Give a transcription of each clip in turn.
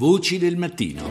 Voci del mattino.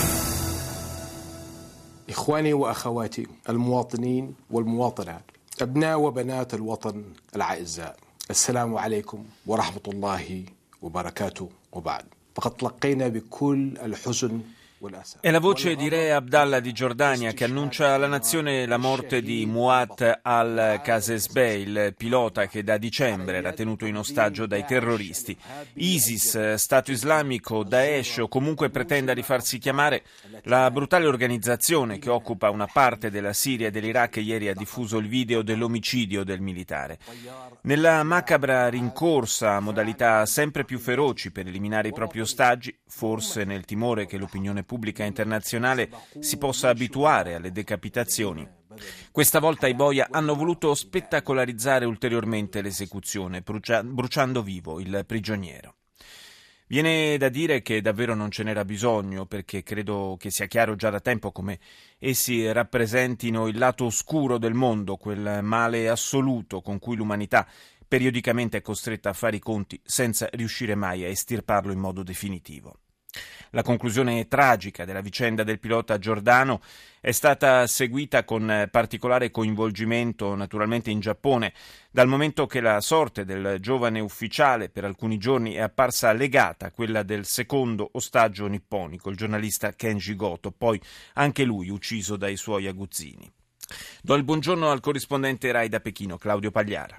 إخواني وأخواتي المواطنين والمواطنات أبناء وبنات الوطن الأعزاء السلام عليكم ورحمة الله وبركاته وبعد فقد تلقينا بكل الحزن. È la voce di Re Abdallah di Giordania che annuncia alla nazione la morte di Muat al-Qasesbeh, il pilota che da dicembre era tenuto in ostaggio dai terroristi. ISIS, Stato Islamico, Daesh o comunque pretenda di farsi chiamare, la brutale organizzazione che occupa una parte della Siria e dell'Iraq ieri ha diffuso il video dell'omicidio del militare. Nella macabra rincorsa a modalità sempre più feroci per eliminare i propri ostaggi, forse nel timore che l'opinione pubblica internazionale si possa abituare alle decapitazioni, questa volta i boia hanno voluto spettacolarizzare ulteriormente l'esecuzione, bruciando vivo il prigioniero. Viene da dire che davvero non ce n'era bisogno, perché credo che sia chiaro già da tempo come essi rappresentino il lato oscuro del mondo, quel male assoluto con cui l'umanità periodicamente è costretta a fare i conti senza riuscire mai a estirparlo in modo definitivo. La conclusione tragica della vicenda del pilota giordano è stata seguita con particolare coinvolgimento naturalmente in Giappone, dal momento che la sorte del giovane ufficiale per alcuni giorni è apparsa legata a quella del secondo ostaggio nipponico, il giornalista Kenji Goto, poi anche lui ucciso dai suoi aguzzini. Do il buongiorno al corrispondente Rai da Pechino, Claudio Pagliara.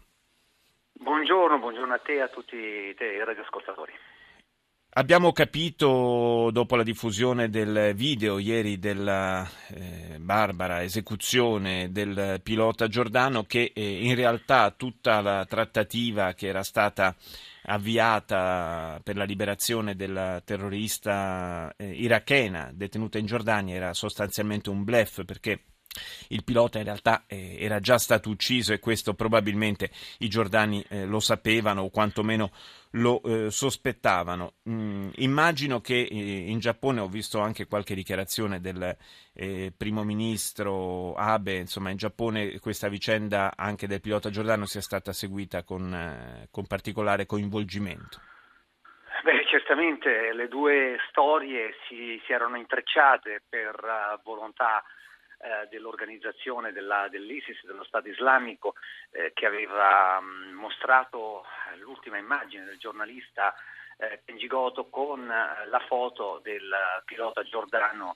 Buongiorno a te e a tutti i radioascoltatori. Abbiamo capito, dopo la diffusione del video ieri della barbara esecuzione del pilota giordano, che in realtà tutta la trattativa che era stata avviata per la liberazione della terrorista irachena detenuta in Giordania era sostanzialmente un bluff, perché il pilota in realtà era già stato ucciso e questo probabilmente i giordani lo sapevano o quantomeno lo sospettavano. Immagino che in Giappone, ho visto anche qualche dichiarazione del primo ministro Abe, insomma in Giappone questa vicenda anche del pilota giordano sia stata seguita con particolare coinvolgimento. Beh, certamente le due storie si erano intrecciate per volontà dell'organizzazione dell'ISIS, dello Stato Islamico, che aveva mostrato l'ultima immagine del giornalista Kenji Goto con la foto del pilota giordano,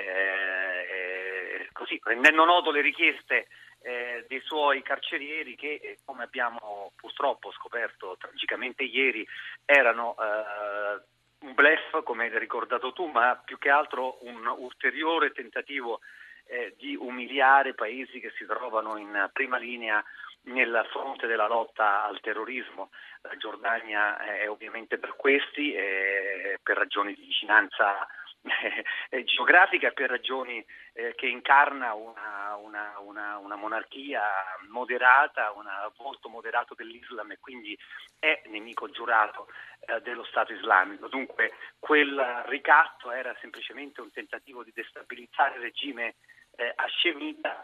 così rendendo noto le richieste dei suoi carcerieri che, come abbiamo purtroppo scoperto tragicamente ieri, erano un bluff, come hai ricordato tu, ma più che altro un ulteriore tentativo di umiliare paesi che si trovano in prima linea nel fronte della lotta al terrorismo. La Giordania è ovviamente per questi, per ragioni di vicinanza geografica e per ragioni che incarna una monarchia moderata, un volto moderato dell'Islam e quindi è nemico giurato dello Stato Islamico. Dunque quel ricatto era semplicemente un tentativo di destabilizzare il regime hascemita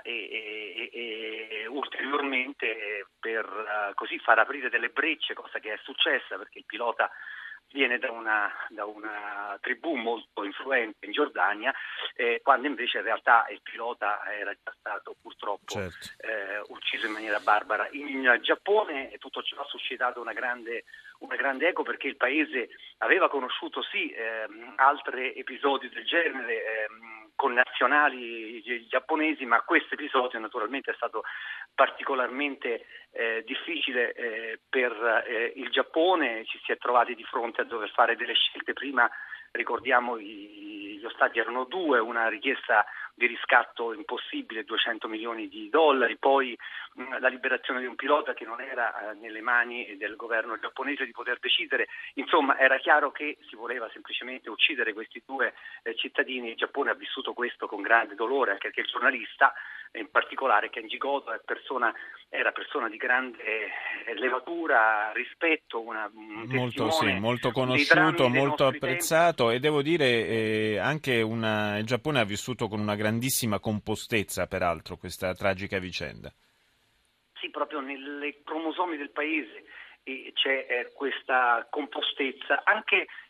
e ulteriormente per così far aprire delle brecce, cosa che è successa perché il pilota viene da una tribù molto influente in Giordania, quando invece in realtà il pilota era già stato purtroppo ucciso in maniera barbara. In Giappone tutto ciò ha suscitato una grande eco, perché il paese aveva conosciuto altri episodi del genere con nazionali giapponesi, ma questo episodio naturalmente è stato particolarmente difficile per il Giappone. Ci si è trovati di fronte a dover fare delle scelte. Prima, ricordiamo, gli ostaggi erano due, una richiesta di riscatto impossibile, $200 milioni, poi la liberazione di un pilota che non era nelle mani del governo giapponese di poter decidere. Insomma, era chiaro che si voleva semplicemente uccidere questi due cittadini. Il Giappone ha vissuto questo con grande dolore, anche perché il giornalista, in particolare Kenji Goto, era persona di grande levatura, rispetto, un testimone molto conosciuto, molto apprezzato tempi. E devo dire anche il Giappone ha vissuto con una grandissima compostezza, peraltro, questa tragica vicenda. Sì, proprio nelle cromosomi del paese c'è questa compostezza, anche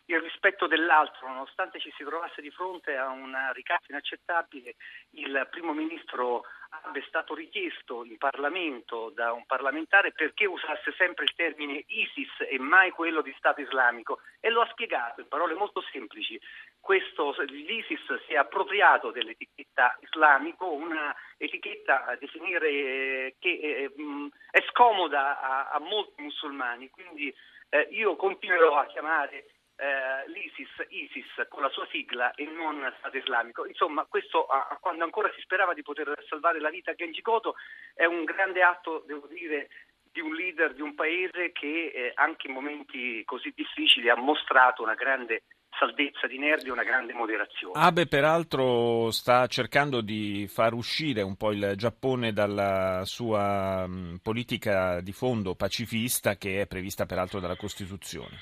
il rispetto dell'altro, nonostante ci si trovasse di fronte a un ricatto inaccettabile. Il primo ministro è stato richiesto in Parlamento da un parlamentare perché usasse sempre il termine ISIS e mai quello di Stato Islamico, e lo ha spiegato in parole molto semplici. L'ISIS si è appropriato dell'etichetta islamico, una etichetta a definire che è scomoda a molti musulmani, quindi io continuerò a chiamare l'ISIS ISIS con la sua sigla e non Stato Islamico. Insomma, questo quando ancora si sperava di poter salvare la vita a Genji Koto è un grande atto, devo dire, di un leader di un paese che anche in momenti così difficili ha mostrato una grande saldezza di nervi e una grande moderazione. Abe peraltro sta cercando di far uscire un po' il Giappone dalla sua politica di fondo pacifista, che è prevista peraltro dalla Costituzione.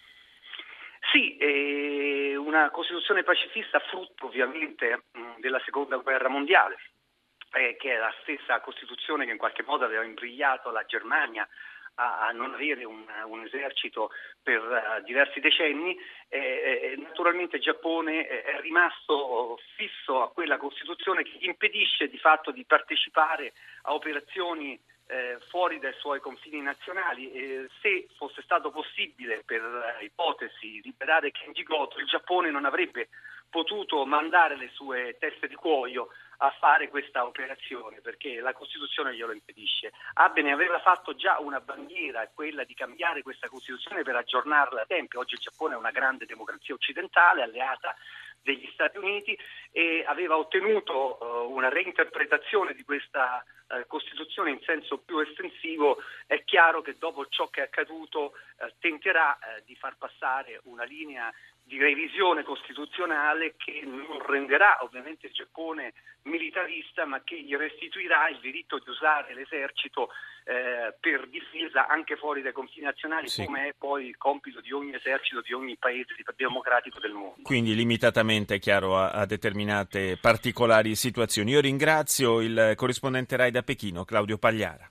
Sì, una Costituzione pacifista frutto ovviamente della Seconda Guerra Mondiale, che è la stessa Costituzione che in qualche modo aveva imbrigliato la Germania a non avere un esercito per diversi decenni. Naturalmente il Giappone è rimasto fisso a quella Costituzione che gli impedisce di fatto di partecipare a operazioni fuori dai suoi confini nazionali. Se fosse stato possibile, per ipotesi, liberare Genji Koto, il Giappone non avrebbe potuto mandare le sue teste di cuoio a fare questa operazione, perché la Costituzione glielo impedisce. Abe ne aveva fatto già una bandiera, quella di cambiare questa Costituzione per aggiornarla a tempo. Oggi il Giappone è una grande democrazia occidentale, alleata degli Stati Uniti, e aveva ottenuto una reinterpretazione di questa Costituzione in senso più estensivo. È chiaro che dopo ciò che è accaduto tenterà di far passare una linea di revisione costituzionale che non renderà ovviamente il Giappone militarista, ma che gli restituirà il diritto di usare l'esercito per difesa anche fuori dai confini nazionali, sì, come è poi il compito di ogni esercito di ogni paese democratico del mondo. Quindi limitatamente, è chiaro, a determinate particolari situazioni. Io ringrazio il corrispondente RAI da Pechino, Claudio Pagliara.